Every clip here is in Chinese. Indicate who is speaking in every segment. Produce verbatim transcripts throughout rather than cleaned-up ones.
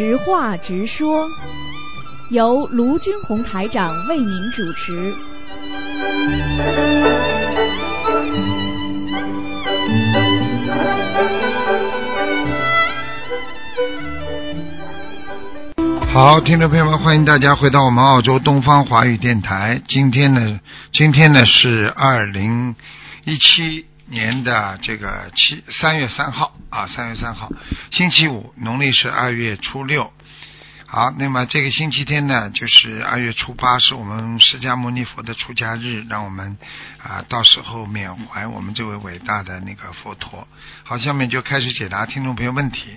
Speaker 1: 直话直说，由卢军红台长为您主持。
Speaker 2: 好，听众朋友们，欢迎大家回到我们澳洲东方华语电台。今天呢，今天呢是二零一七年的这个七三月三号啊，三月三号，星期五，农历是二月初六。好，那么这个星期天呢，就是二月初八，是我们释迦牟尼佛的出家日，让我们啊到时候缅怀我们这位伟大的那个佛陀。好，下面就开始解答听众朋友问题。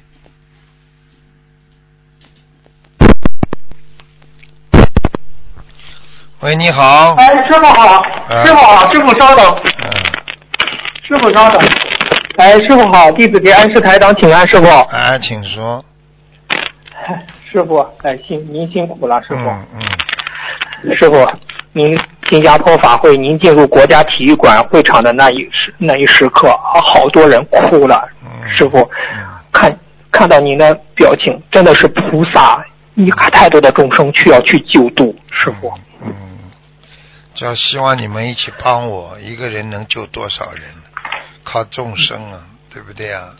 Speaker 2: 喂，你好。
Speaker 3: 哎，师傅好，
Speaker 2: 呃、
Speaker 3: 师傅好，师傅稍等。
Speaker 2: 嗯。
Speaker 3: 师傅稍等。哎，师傅好，弟子给安师台长请安，师傅。
Speaker 2: 哎，请说。
Speaker 3: 师傅，哎，辛您辛苦了，师傅。
Speaker 2: 嗯嗯。
Speaker 3: 师傅，您新加坡法会，您进入国家体育馆会场的那一时那一时刻，好多人哭了。
Speaker 2: 嗯、
Speaker 3: 师傅，
Speaker 2: 嗯、
Speaker 3: 看看到您的表情，真的是菩萨，你太多的众生需要去救度，师傅。
Speaker 2: 嗯。嗯就希望你们一起帮我，一个人能救多少人？靠众生啊，对不对啊？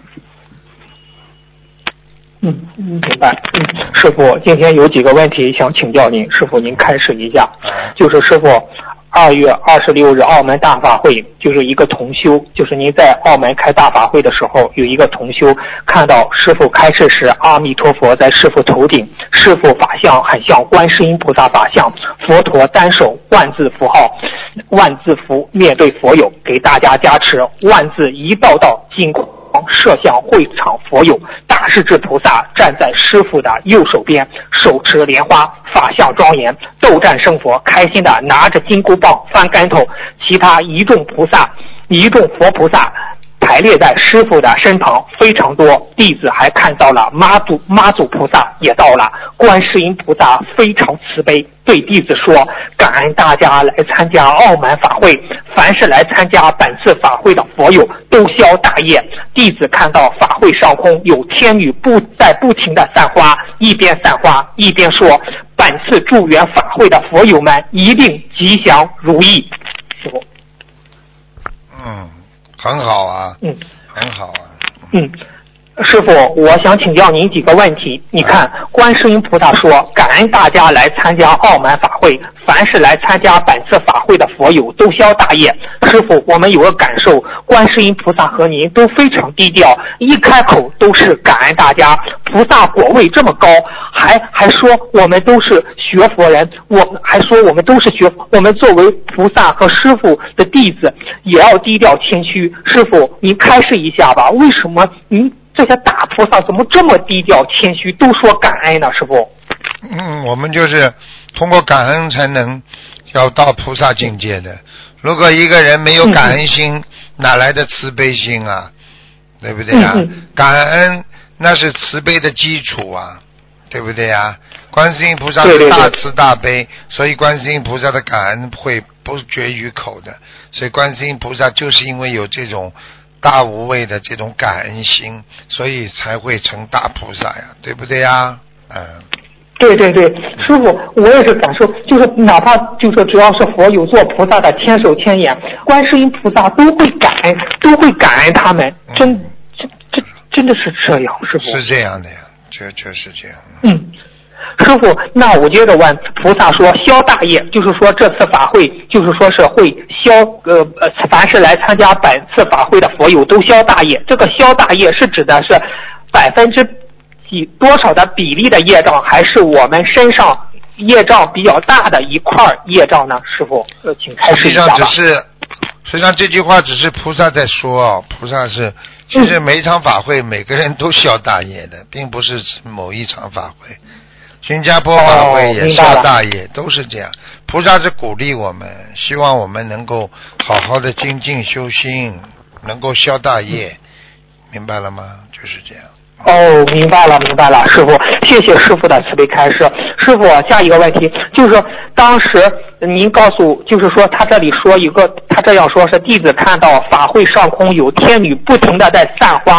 Speaker 3: 嗯。嗯，明白。嗯，师傅，今天有几个问题想请教您，师傅您开示一下。就是师傅，二月二十六日澳门大法会，就是一个同修，就是您在澳门开大法会的时候，有一个同修看到师傅开示时，阿弥陀佛在师傅头顶，师傅法相很像观世音菩萨法相，佛陀单手万字符号，万字符面对佛友，给大家加持，万字一道道金光射向会场佛友，大势至菩萨站在师父的右手边，手持莲花，法相庄严，斗战胜佛，开心的拿着金箍棒翻跟头，其他一众菩萨一众佛菩萨排列在师父的身旁非常多，弟子还看到了妈祖妈祖菩萨也到了，观世音菩萨非常慈悲，对弟子说，感恩大家来参加澳门法会，凡是来参加本次法会的佛友都消大业。弟子看到法会上空有天女不在不停的散花，一边散花一边说，本次助缘法会的佛友们一定吉祥如意。师父。
Speaker 2: 嗯，很好啊。
Speaker 3: 嗯，
Speaker 2: 很好啊。
Speaker 3: 嗯。师父，我想请教您几个问题。你看，观世音菩萨说，感恩大家来参加澳门法会，凡是来参加本次法会的佛友都消大业。师父，我们有个感受，观世音菩萨和您都非常低调，一开口都是感恩大家。菩萨果位这么高，还还说我们都是学佛人，我还说我们都是学，我们作为菩萨和师父的弟子，也要低调谦虚。师父，您开示一下吧，为什么您这些大菩萨怎么这么低调谦虚，都说感恩呢？师父。
Speaker 2: 嗯，我们就是通过感恩才能要到菩萨境界的。如果一个人没有感恩心，嗯、哪来的慈悲心啊？对不对啊？嗯、感恩那是慈悲的基础啊，对不对啊？观世音菩萨是大慈大悲，对对对，所以观世音菩萨的感恩会不绝于口的。所以观世音菩萨就是因为有这种大无畏的这种感恩心，所以才会成大菩萨呀，对不对呀？嗯，
Speaker 3: 对对对，师父，我也是感受，就是哪怕就是只要是佛有做菩萨的千手千眼，观世音菩萨都会感恩，都会感恩他们，真、嗯、这这真的是这样，师父。
Speaker 2: 是这样的呀，确确实这样。
Speaker 3: 嗯。师父，那我接着问，菩萨说消大业，就是说这次法会，就是说是会消呃呃，凡是来参加本次法会的佛友都消大业。这个消大业是指的是百分之几多少的比例的业障，还是我们身上业障比较大的一块业障呢？师父，呃，请开始一下吧。
Speaker 2: 实际上只是，实际上这句话只是菩萨在说哦，菩萨是其实每一场法会、嗯、每个人都消大业的，并不是某一场法会。新加坡法会也消大业、哦、都是这样，菩萨是鼓励我们，希望我们能够好好的精进修心，能够消大业、嗯、明白了吗？就是这样。
Speaker 3: 哦，明白了明白了，师父，谢谢师父的慈悲开示。师父，下一个问题就是说，当时您告诉，就是说他这里说一个，他这样说是弟子看到法会上空有天女不停的在散花，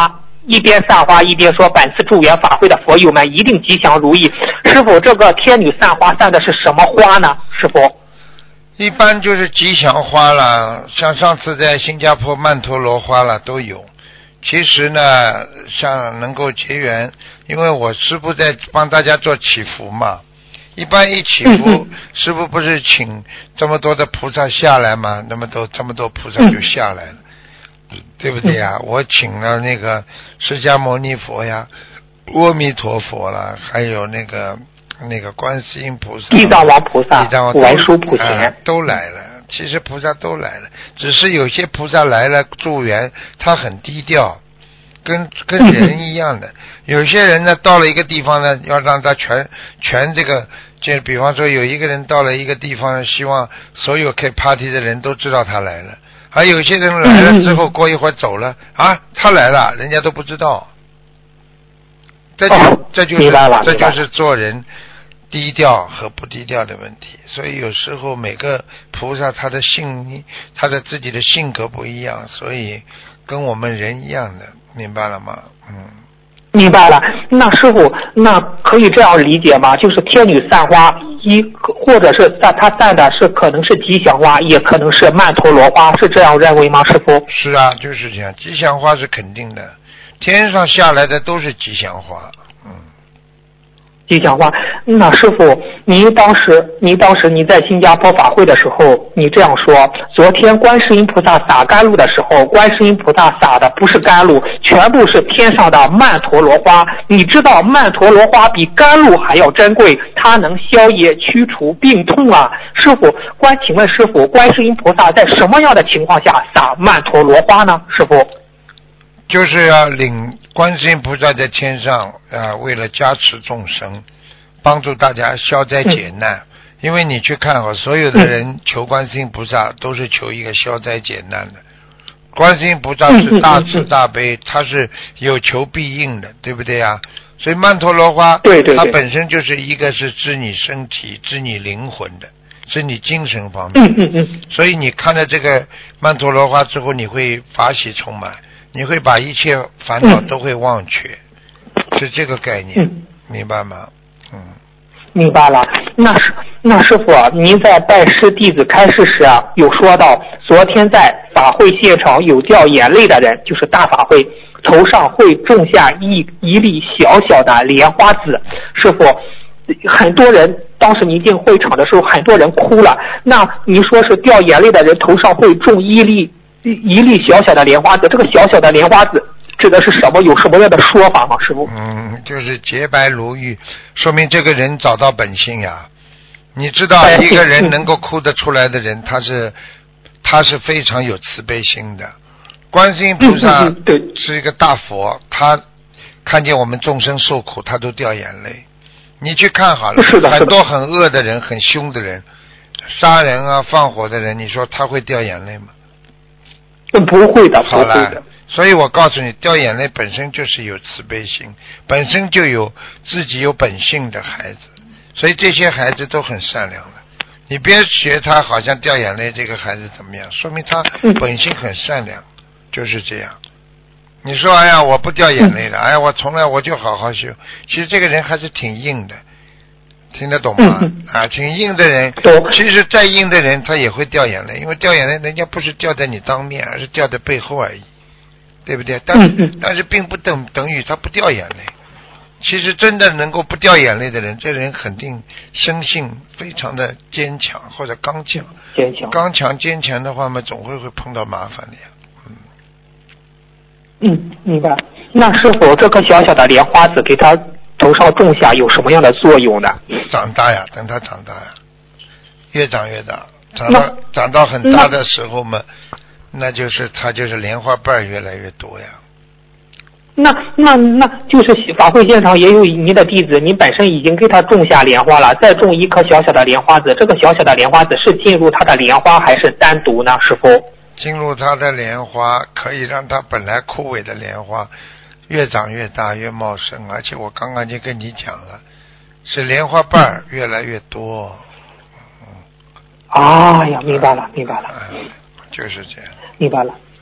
Speaker 3: 一边散花一边说本次助缘法会的佛友们一定吉祥如意。师傅，这个天女散花散的是什么花呢？师傅？
Speaker 2: 一般就是吉祥花啦，像上次在新加坡曼陀罗花啦都有。其实呢，像能够结缘，因为我师父在帮大家做祈福嘛。一般一祈福，嗯、师父不是请这么多的菩萨下来嘛？那么多这么多菩萨就下来了，嗯、对不对呀？我请了那个释迦牟尼佛呀、阿弥陀佛啦，还有那个那个观世音菩萨、
Speaker 3: 地藏王菩萨、文殊普贤、
Speaker 2: 啊、都来了。其实菩萨都来了，只是有些菩萨来了助缘，他很低调，跟跟人一样的。有些人呢，到了一个地方呢，要让他全全这个，就比方说有一个人到了一个地方，希望所有开 party 的人都知道他来了，还有些人来了之后，过一会儿走了啊，他来了，人家都不知道。这就、哦、这就是这就是做人低调和不低调的问题，所以有时候每个菩萨他的性他的自己的性格不一样，所以跟我们人一样的，明白了吗？嗯，
Speaker 3: 明白了。那师傅，那可以这样理解吗？就是天女散花，一或者是散他散的是可能是吉祥花，也可能是曼陀罗花，是这样认为吗？师傅？
Speaker 2: 是啊，就是这样，吉祥花是肯定的，天上下来的都是吉祥花。
Speaker 3: 吉祥花。那师傅，您当时您当时您在新加坡法会的时候，你这样说，昨天观世音菩萨洒甘露的时候，观世音菩萨洒的不是甘露，全部是天上的曼陀罗花。你知道曼陀罗花比甘露还要珍贵，它能消业驱除病痛啊。师傅，观请问师傅，观世音菩萨在什么样的情况下洒曼陀罗花呢？师傅？
Speaker 2: 就是要领观世音菩萨在天上啊，为了加持众生，帮助大家消灾解难。嗯、因为你去看好，所有的人求观世音菩萨都是求一个消灾解难的。观世音菩萨是大慈大悲，他是有求必应的，对不对啊？所以曼陀罗花，
Speaker 3: 对对对，
Speaker 2: 它本身就是一个是治你身体、治你灵魂的，是你精神方面。
Speaker 3: 嗯嗯嗯。
Speaker 2: 所以你看了这个曼陀罗花之后，你会法喜充满。你会把一切烦恼都会忘却，嗯、是这个概念，嗯、明白吗？嗯，
Speaker 3: 明白了。那是那师傅，您在拜师弟子开示时啊，有说到昨天在法会现场有掉眼泪的人，就是大法会头上会种下一一粒小小的莲花籽。师傅，很多人当时您进会场的时候，很多人哭了。那您说是掉眼泪的人头上会种一粒？一粒小小的莲花籽，这个小小的莲花籽指的是什么？有什么样的说法吗？师傅？
Speaker 2: 嗯，就是洁白如玉，说明这个人找到本性呀。你知道，一个人能够哭得出来的人，他是他是非常有慈悲心的。观世音菩萨是一个大佛，他看见我们众生受苦，他都掉眼泪。你去看好了，很多很恶的人、很凶的人，杀人啊、放火的人，你说他会掉眼泪吗？
Speaker 3: 不会的，
Speaker 2: 好了，所以我告诉你，掉眼泪本身就是有慈悲心，本身就有自己有本性的孩子，所以这些孩子都很善良的。你别学他好像掉眼泪，这个孩子怎么样？说明他本性很善良，嗯、就是这样。你说，哎呀，我不掉眼泪了，哎呀，我从来我就好好修。其实这个人还是挺硬的，听得懂吗？嗯、啊，挺硬的人，其实再硬的人他也会掉眼泪，因为掉眼泪人家不是掉在你当面，而是掉在背后而已，对不对？但是、嗯、但是并不等等于他不掉眼泪。其实真的能够不掉眼泪的人，这人肯定生性非常的坚强或者刚强。
Speaker 3: 坚强。
Speaker 2: 刚强坚强的话嘛，总会会碰到麻烦的呀。
Speaker 3: 嗯，嗯，明白。那师傅，这颗小小的莲花籽给他头上种下有什么样的作用呢？
Speaker 2: 长大呀，等他长大呀，越长越大，长到长到很大的时候嘛，那就是他就是莲花瓣越来越多呀。
Speaker 3: 那那那就是法会现场也有您的弟子，您本身已经给他种下莲花了，再种一颗小小的莲花籽，这个小小的莲花籽是进入他的莲花还是单独呢？师傅？
Speaker 2: 进入他的莲花，可以让他本来枯萎的莲花越长越大越茂盛，而且我刚刚就跟你讲了，是莲花瓣越来越多。
Speaker 3: 嗯、啊呀，明白了，明白了，
Speaker 2: 嗯、就是这样。
Speaker 3: 明白了。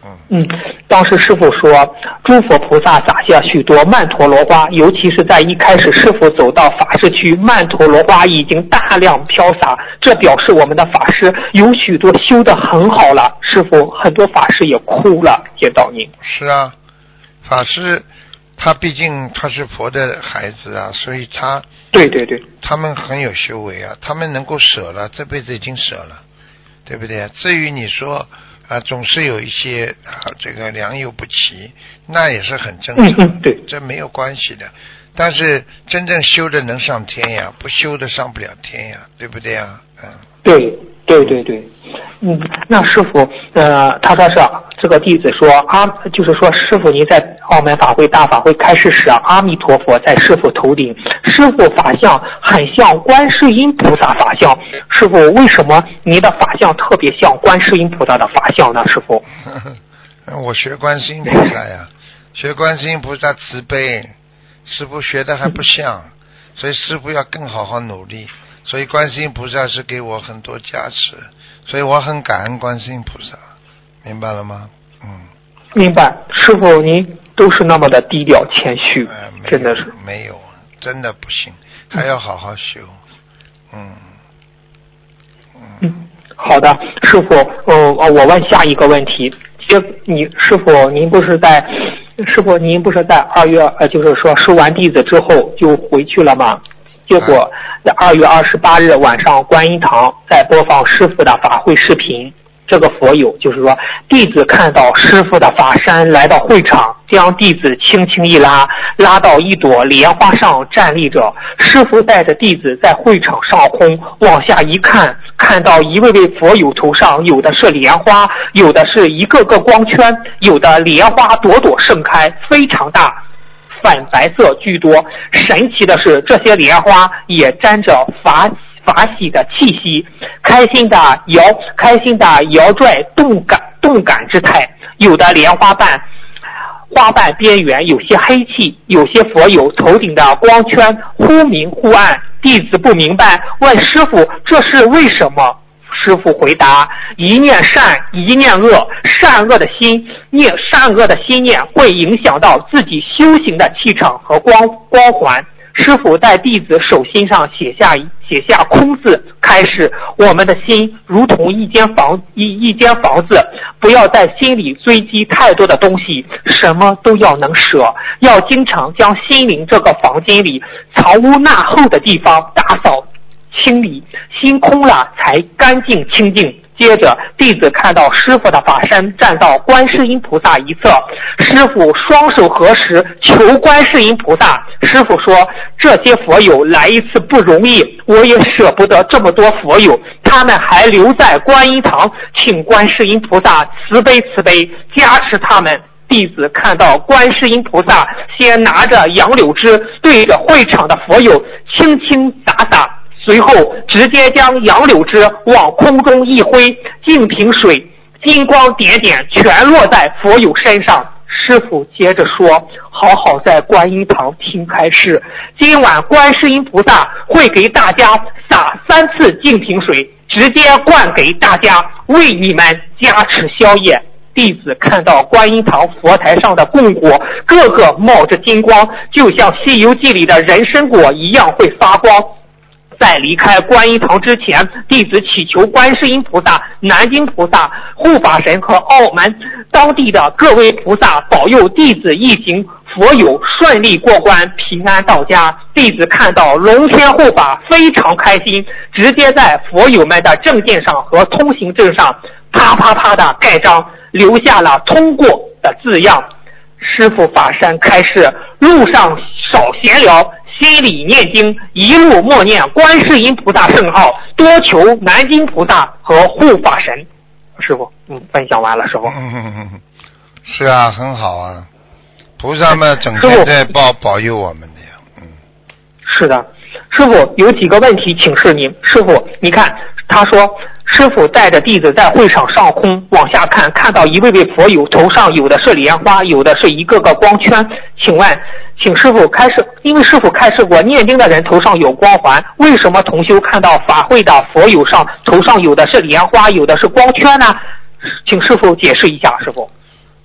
Speaker 2: 嗯
Speaker 3: 嗯，当时师傅说，诸佛菩萨撒下许多曼陀罗花，尤其是在一开始师傅走到法师区，曼陀罗花已经大量飘洒，这表示我们的法师有许多修得很好了。师傅，很多法师也哭了，见到您。
Speaker 2: 是啊，法师他毕竟他是佛的孩子啊，所以他
Speaker 3: 对对对，
Speaker 2: 他们很有修为啊，他们能够舍了，这辈子已经舍了，对不对？至于你说啊，总是有一些啊，这个良莠不齐，那也是很正常，
Speaker 3: 嗯嗯，对，
Speaker 2: 这没有关系的。但是真正修的能上天呀，不修的上不了天呀，对不对呀？嗯，
Speaker 3: 对对对对，嗯，那师傅，呃，他说是这个弟子说阿，就是说师傅您在澳门法会大法会开示时啊，阿弥陀佛在师傅头顶，师傅法相很像观世音菩萨法相，师傅为什么您的法相特别像观世音菩萨的法相呢？师傅，
Speaker 2: 我学观世音菩萨呀，学观世音菩萨慈悲，师父学的还不像，所以师父要更好好努力。所以观世音菩萨是给我很多加持，所以我很感恩观世音菩萨，明白了吗？嗯，
Speaker 3: 明白。师父您都是那么的低调谦虚，
Speaker 2: 呃、
Speaker 3: 真的是
Speaker 2: 没有，真的不行，还要好好修。嗯嗯,
Speaker 3: 嗯，好的，师父，呃，我问下一个问题，接你师父您不是在师父您不是在二月呃，就是说收完弟子之后就回去了吗？结果在二月二十八日晚上，观音堂在播放师父的法会视频。这个佛友就是说，弟子看到师父的法身来到会场，将弟子轻轻一拉，拉到一朵莲花上站立着。师父带着弟子在会场上空往下一看，看到一位位佛友头上有的是莲花，有的是一个个光圈，有的莲花朵朵盛开，非常大。泛白色居多，神奇的是，这些莲花也沾着法法喜的气息，开心的摇，开心的摇拽动感动感之态。有的莲花瓣花瓣边缘有些黑气，有些佛友头顶的光圈忽明忽暗。弟子不明白，问师父这是为什么？师父回答：一念善，一念恶，善恶的心念，善恶的心念会影响到自己修行的气场和光光环。师父在弟子手心上写下写下空字，开示我们的心如同一间房一一间房子，不要在心里堆积太多的东西，什么都要能舍，要经常将心灵这个房间里藏污纳垢的地方打扫清理，心空了才干净清净。接着弟子看到师父的法身站到观世音菩萨一侧，师父双手合十求观世音菩萨。师父说，这些佛友来一次不容易，我也舍不得这么多佛友，他们还留在观音堂，请观世音菩萨慈悲慈悲加持他们。弟子看到观世音菩萨先拿着杨柳枝对着会场的佛友轻轻洒洒，随后直接将杨柳枝往空中一挥，净瓶水金光点点全落在佛友身上。师父接着说，好好在观音堂听开示，今晚观世音菩萨会给大家洒三次净瓶水，直接灌给大家，为你们加持消业。弟子看到观音堂佛台上的供果个个冒着金光，就像西游记里的人参果一样会发光。在离开观音堂之前，弟子祈求观世音菩萨、南京菩萨、护法神和澳门当地的各位菩萨保佑弟子一行佛友顺利过关，平安到家。弟子看到龙天护法非常开心，直接在佛友们的证件上和通行证上啪啪啪的盖章，留下了通过的字样。师父法身开示，路上少闲聊，心里念经，一路默念观世音菩萨圣号，多求南京菩萨和护法神。师父，嗯，分享完了，师父。
Speaker 2: 嗯，是啊，很好啊，菩萨们整天在保保佑我们的呀。嗯，
Speaker 3: 是的，师父有几个问题请示您。师父，你看，他说师父带着弟子在会场上空往下看，看到一位位佛友头上有的是莲花，有的是一个个光圈。请问，请师父开示，因为师父开示过，念经的人头上有光环，为什么同修看到法会的佛友上头上有的是莲花，有的是光圈呢？请师父解释一下，师父。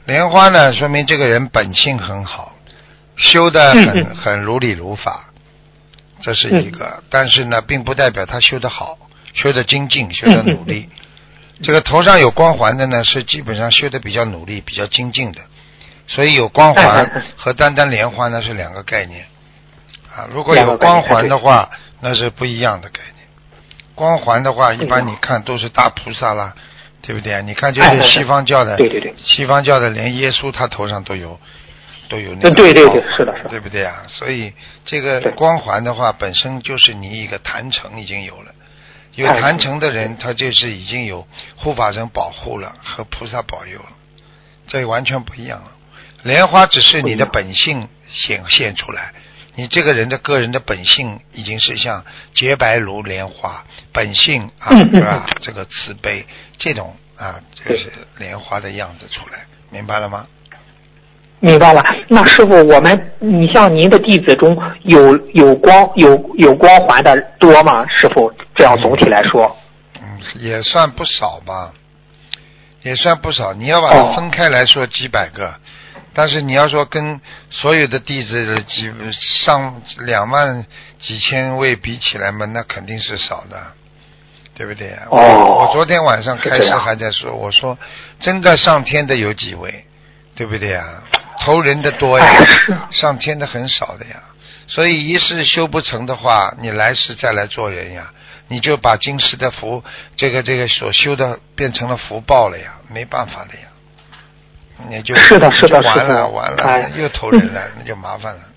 Speaker 2: 莲花呢，说明这个人本性很好，修得很、嗯、很如理如法，这是一个、嗯、但是呢并不代表他修得好，修得精进，修得努力、嗯、这个头上有光环的呢是基本上修得比较努力比较精进的，所以有光环和单单莲花呢是两个概念啊，如果有光环的话那是不一样的概念。光环的话一般你看都是大菩萨啦，对不对啊？你看就是西方教的，
Speaker 3: 对对对，
Speaker 2: 西方教的连耶稣他头上都有都有那个，
Speaker 3: 对对对，是的，是的，
Speaker 2: 对不对啊？所以这个光环的话本身就是你一个坛城已经有了，有坛城的人他就是已经有护法神保护了和菩萨保佑了，这完全不一样了。莲花只是你的本性显现出来，你这个人的个人的本性已经是像洁白如莲花本性啊，是吧？这个慈悲这种啊，就是莲花的样子出来，明白了吗？
Speaker 3: 明白了。那师傅，我们你像您的弟子中有有光有有光环的多吗？师傅，这样总体来说，
Speaker 2: 嗯，也算不少吧，也算不少。你要把它分开来说，几百个。哦，但是你要说跟所有的弟子几上两万几千位比起来嘛，那肯定是少的，对不对？
Speaker 3: 哦，
Speaker 2: 我昨天晚上开始还在说，我说真的上天的有几位，对不对呀？投人的多呀，上天的很少的呀。所以一世修不成的话，你来世再来做人呀，你就把今世的福，这个这个所修的变成了福报了呀，没办法的呀。你就是
Speaker 3: 的，是的，
Speaker 2: 完了完了，哎，又投人了，那就麻烦了。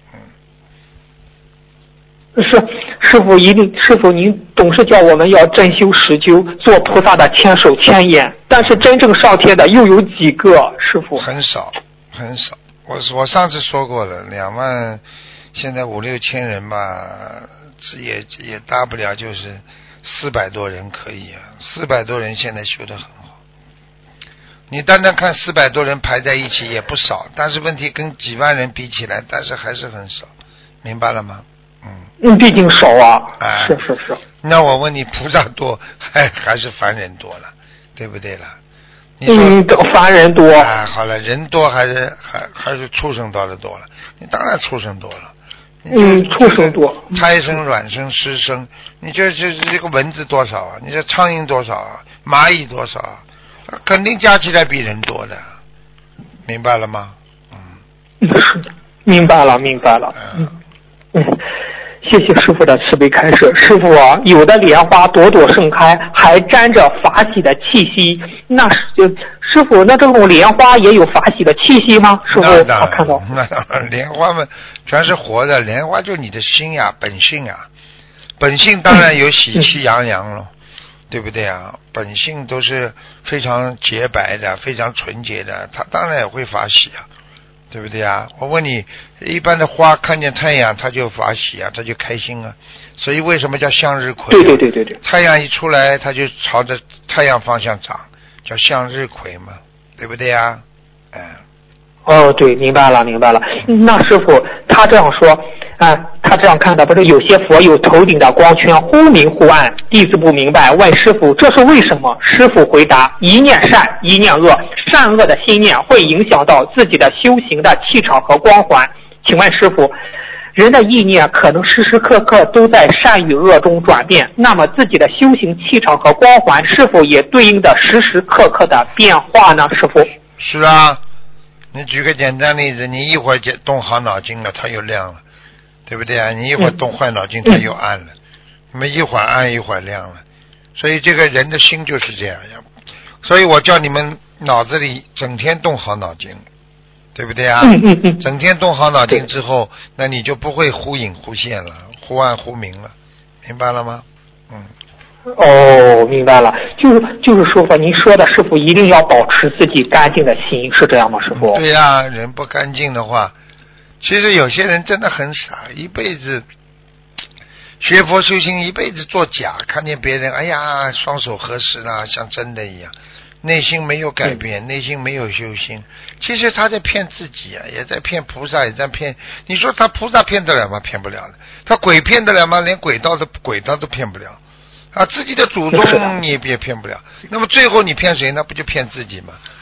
Speaker 3: 嗯，是师傅一定，师傅您总是叫我们要真修实修，做菩萨的千手千眼，但是真正上天的又有几个？师傅
Speaker 2: 很少很少，我我上次说过了，两万，现在五六千人吧，也也大不了就是四百多人可以啊，四百多人现在修得很好。你单单看四百多人排在一起也不少，但是问题跟几万人比起来，但是还是很少，明白了吗？嗯，
Speaker 3: 嗯，毕竟少啊。
Speaker 2: 哎，
Speaker 3: 是是是。
Speaker 2: 那我问你，菩萨多还还是凡人多了，对不对了？你说
Speaker 3: 嗯，凡人多。
Speaker 2: 哎，好了，人多还是还还是畜生多的多了？你当然畜生多了。
Speaker 3: 嗯，畜生多。
Speaker 2: 胎生、卵生、湿生，你这这这个蚊子多少啊？你这苍蝇多少啊？蚂蚁多少啊？肯定加起来比人多的，明白了吗？
Speaker 3: 嗯，明白了，明白了。嗯嗯，谢谢师傅的慈悲开示。师傅啊，有的莲花朵朵盛开，还沾着法喜的气息。那就师傅，那这种莲花也有法喜的气息吗？师傅，我看到。
Speaker 2: 那当然，莲花们全是活的，莲花就你的心呀，本性啊，本性当然有喜气洋洋了。嗯嗯，对不对啊？本性都是非常洁白的，非常纯洁的，它当然也会发喜啊，对不对啊？我问你，一般的花看见太阳它就发喜啊，它就开心啊，所以为什么叫向日葵啊？
Speaker 3: 对对对对对，
Speaker 2: 太阳一出来它就朝着太阳方向长，叫向日葵嘛，对不对啊？哎，
Speaker 3: 哦，对，明白了明白了。那师傅他这样说啊，他这样看的不是有些佛有头顶的光圈忽明忽暗，弟子不明白，问师傅这是为什么？师傅回答：一念善，一念恶，善恶的心念会影响到自己的修行的气场和光环。请问师傅，人的意念可能时时刻刻都在善与恶中转变，那么自己的修行气场和光环是否也对应的时时刻刻的变化呢？师傅？
Speaker 2: 是啊，你举个简单例子，你一会儿动好脑筋了，它又亮了。对不对啊？你一会儿动坏脑筋，它又暗了，那么一会儿暗一会儿亮了，所以这个人的心就是这样呀。所以我叫你们脑子里整天动好脑筋，对不对啊？整天动好脑筋之后，那你就不会忽隐忽现了，忽暗忽明了，明白了吗？嗯。
Speaker 3: 哦，明白了，就是就是说吧，您说的师傅一定要保持自己干净的心，是这样吗？师傅？
Speaker 2: 对呀、啊，人不干净的话。其实有些人真的很傻，一辈子学佛修行，一辈子做假，看见别人哎呀双手合十啦，像真的一样，内心没有改变，内心没有修行，其实他在骗自己啊，也在骗菩萨，也在骗。你说他菩萨骗得了吗？骗不了的。他鬼骗得了吗？连鬼道的鬼道都骗不了啊！自己的祖宗你也骗不了。那么最后你骗谁呢？不就骗自己吗？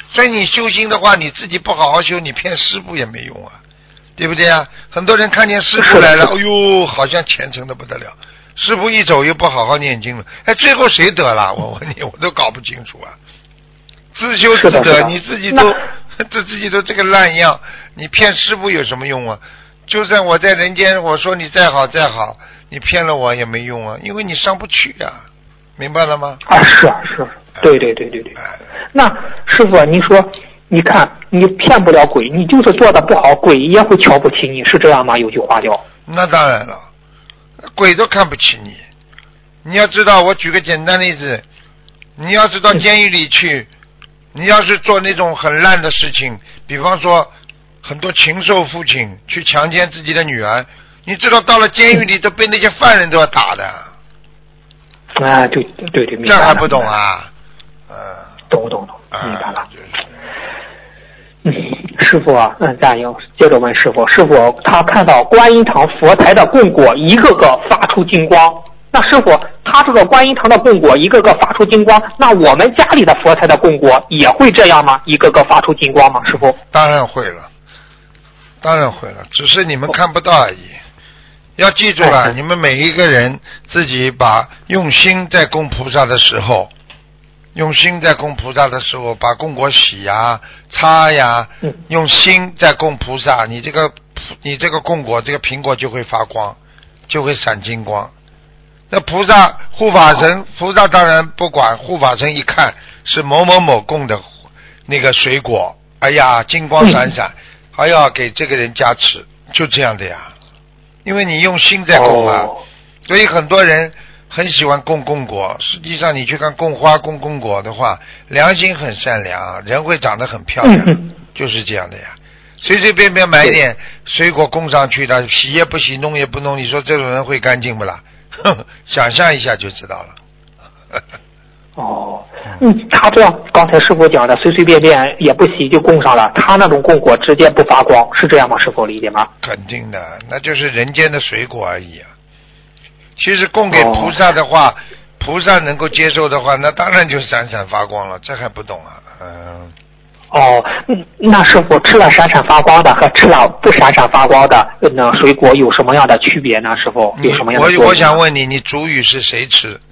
Speaker 2: 所以你修心的话，你自己不好好修，你骗师父也没用啊，对不对啊？很多人看见师父来了，哎呦，好像虔诚的不得了，师父一走又不好好念经了，哎，最后谁得了？我问你，我都搞不清楚啊。自修自得，你自己都这自己都这个烂样，你骗师父有什么用啊？就算我在人间，我说你再好再好，你骗了我也没用啊，因为你上不去啊，明白了吗？
Speaker 3: 啊，是啊，是，对对对对对。那师傅，你说，你看你骗不了鬼，你就是做的不好，鬼也会瞧不起你，是这样吗？有句话叫。
Speaker 2: 那当然了，鬼都看不起你。你要知道，我举个简单例子，你要是到监狱里去。你要是做那种很烂的事情，比方说很多禽兽父亲去强奸自己的女儿，你知道到了监狱里都被那些犯人都要打的。
Speaker 3: 啊，对对对，明白了。
Speaker 2: 这还不懂啊？
Speaker 3: 嗯，懂懂懂，明白了。
Speaker 2: 啊就是、
Speaker 3: 嗯，师傅啊，嗯，咱要接着问师傅，师傅他看到观音堂佛台的供果一个个发出金光。那师傅，他这个观音堂的供果一个个发出金光，那我们家里的佛台的供果也会这样吗？一个个发出金光吗？师傅？
Speaker 2: 当然会了，当然会了，只是你们看不到而已。要记住了，你们每一个人自己把用心在供菩萨的时候，用心在供菩萨的时候，把供果洗呀、擦呀，用心在供菩萨，你这个你这个供果，这个苹果就会发光，就会闪金光。那菩萨护法神，菩萨当然不管，护法神一看是某某某供的那个水果，哎呀，金光闪闪，还要给这个人加持，就这样的呀。因为你用心在供啊，所以很多人很喜欢供供果。实际上，你去看供花、供供果的话，良心很善良，人会长得很漂亮，就是这样的呀。随随便便买点水果供上去的，洗也不洗，弄也不弄，你说这种人会干净不啦？想象一下就知道了。
Speaker 3: 哦，嗯，他这样刚才师傅讲的，随随便便也不洗就供上了，他那种供果直接不发光，是这样吗？师傅理解吗？
Speaker 2: 肯定的，那就是人间的水果而已啊。其实供给菩萨的话，哦、菩萨能够接受的话，那当然就闪闪发光了，这还不懂啊？嗯。
Speaker 3: 哦，那师傅吃了闪闪发光的和吃了不闪闪发光的那水果有什么样的区别呢？师傅有什么样的作用？
Speaker 2: 我我想问你，你主语是谁吃？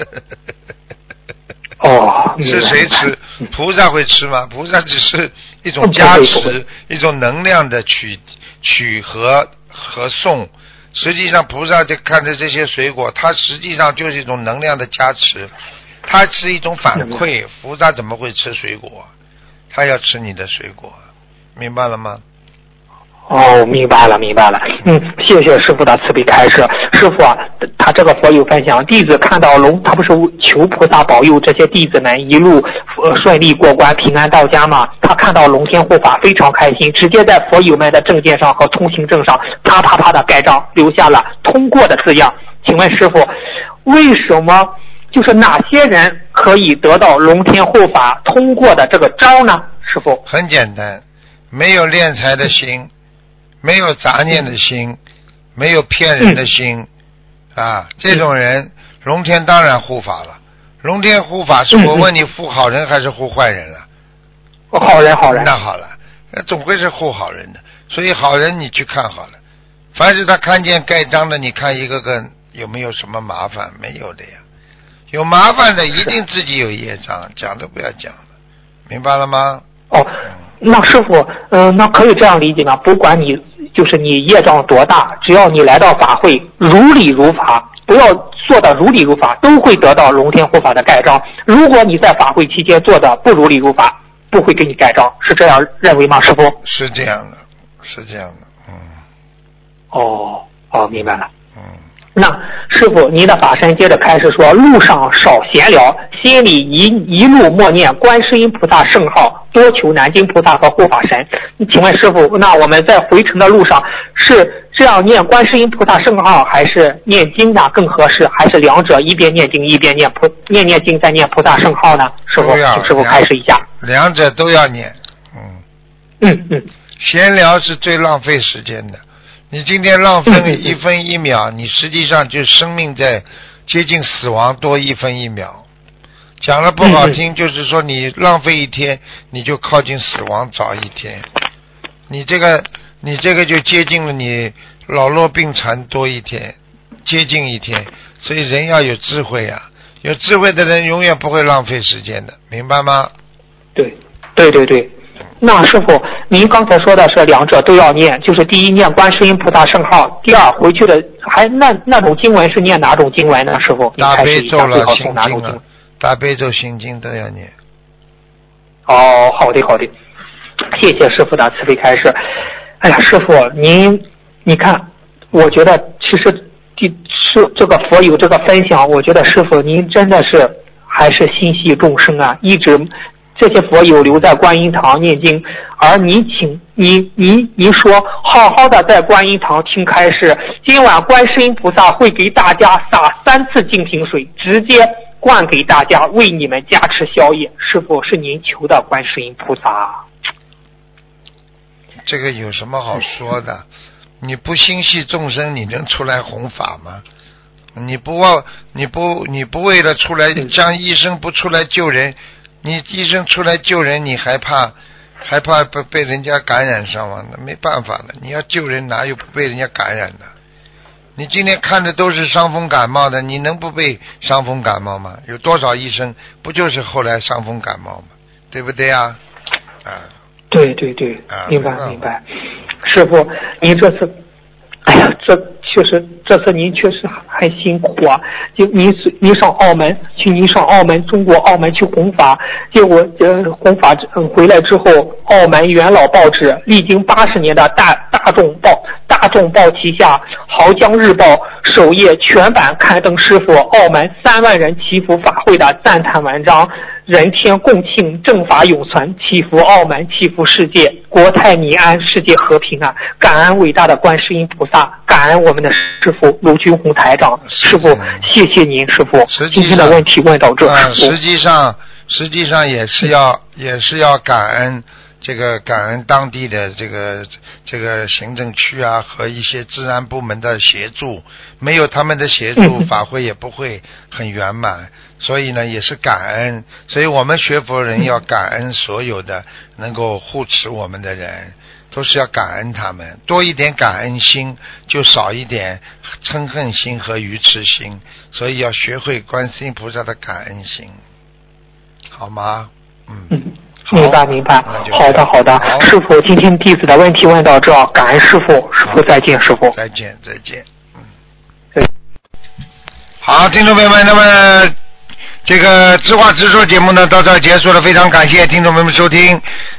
Speaker 3: 哦，
Speaker 2: 是谁吃？菩萨会吃吗？菩萨只是一种加持，一种能量的取取和和送。实际上，菩萨就看着这些水果，它实际上就是一种能量的加持，它是一种反馈。菩萨怎么会吃水果？他要吃你的水果，明白了吗？
Speaker 3: 哦，明白了，明白了。嗯，谢谢师傅的慈悲开示。师傅啊，他这个佛友分享，弟子看到龙，他不是求菩萨保佑这些弟子们一路呃顺利过关，平安到家吗？他看到龙天护法非常开心，直接在佛友们的证件上和通行证上啪啪啪的盖章，留下了通过的字样。请问师傅，为什么就是哪些人可以得到龙天护法通过的这个章呢？师傅，
Speaker 2: 很简单，没有敛财的心，没有杂念的心，没有骗人的心、嗯、啊，这种人龙天当然护法了。龙天护法是我问你护好人还是护坏人了？
Speaker 3: 好人，好人。
Speaker 2: 那好了，那总归是护好人的，所以好人你去看好了。凡是他看见盖章的，你看一个个有没有什么麻烦？没有的呀。有麻烦的一定自己有业障，讲都不要讲了，明白了吗？
Speaker 3: 哦，那师傅，嗯、呃，那可以这样理解吗？不管你就是你业障多大，只要你来到法会，如理如法，不要做的如理如法，都会得到龙天护法的盖章。如果你在法会期间做的不如理如法，不会给你盖章，是这样认为吗？师傅？
Speaker 2: 是这样的，是这样的，嗯。
Speaker 3: 哦，哦，明白了。
Speaker 2: 嗯。
Speaker 3: 那师傅，您的法身接着开始说，路上少闲聊，心里一一路默念观世音菩萨圣号，多求南京菩萨和护法神。请问师傅，那我们在回程的路上是这样念观世音菩萨圣号，还是念经呢更合适？还是两者一边念经一边念菩念念经再念菩萨圣号呢？师傅，请师傅开示一下。
Speaker 2: 两者都要念。嗯
Speaker 3: 嗯嗯。
Speaker 2: 闲聊是最浪费时间的。你今天浪费一分一秒，你实际上就生命在接近死亡多一分一秒。 讲了不好听，就是说你浪费一天，你就靠近死亡早一天。你这个，你这个就接近了你老弱病残多一天，接近一天。所以人要有智慧啊，有智慧的人永远不会浪费时间的，明白吗？
Speaker 3: 对，对对对。那师傅，您刚才说的是两者都要念，就是第一念观世音菩萨圣号，第二回去的还那那种经文是念哪种经文呢？师傅，
Speaker 2: 大悲咒了，心
Speaker 3: 经了，
Speaker 2: 大悲咒、心经都要念。
Speaker 3: 哦，好的好的，谢谢师傅的慈悲开示。哎呀，师傅您，你看，我觉得其实第是这个佛有这个分享，我觉得师傅您真的是还是心系众生啊，一直。这些佛友留在观音堂念经，而你请你你你说好好的在观音堂听开示，今晚观世音菩萨会给大家洒三次净瓶水，直接灌给大家，为你们加持宵夜。师父，是您求的观世音菩萨。
Speaker 2: 这个有什么好说的？你不心系众生，你能出来弘法吗？你不你不你不为了出来，像医生不出来救人。你医生出来救人，你还怕还怕被被人家感染上吗？那没办法了，你要救人哪有不被人家感染的？你今天看的都是伤风感冒的，你能不被伤风感冒吗？有多少医生不就是后来伤风感冒吗？对不对啊？啊，
Speaker 3: 对对对，
Speaker 2: 啊、
Speaker 3: 明白明白。师父，您这次，哎呀，这确实这次您确实还辛苦啊！就您您上澳门去，您上澳门中国澳门去弘法，结果呃弘法回来之后，澳门元老报纸历经八十年的大大众报大众报旗下濠江日报首页全版刊登师傅澳门三万人祈福法会的赞叹文章。人天共庆，正法永存，祈福澳门，祈福世界，国泰民安，世界和平啊！感恩伟大的观世音菩萨，感恩我们的师父卢军宏台长，师父，谢谢您，师父。今天的问题问到这，
Speaker 2: 啊、实际上，实际上也是要，也是要感恩。这个感恩当地的这个这个行政区啊和一些治安部门的协助，没有他们的协助，法会也不会很圆满。所以呢，也是感恩。所以我们学佛人要感恩所有的能够护持我们的人，都是要感恩他们。多一点感恩心，就少一点嗔恨心和愚痴心。所以要学会观世音菩萨的感恩心，好吗？嗯。
Speaker 3: 明白明白，好的好的，好师父，今天弟子的问题问到这，感恩师父，师父再见，师父
Speaker 2: 再见再见，嗯，对，好，听众朋友们，那么这个知话直说节目呢到这儿结束了，非常感谢听众朋友们收听。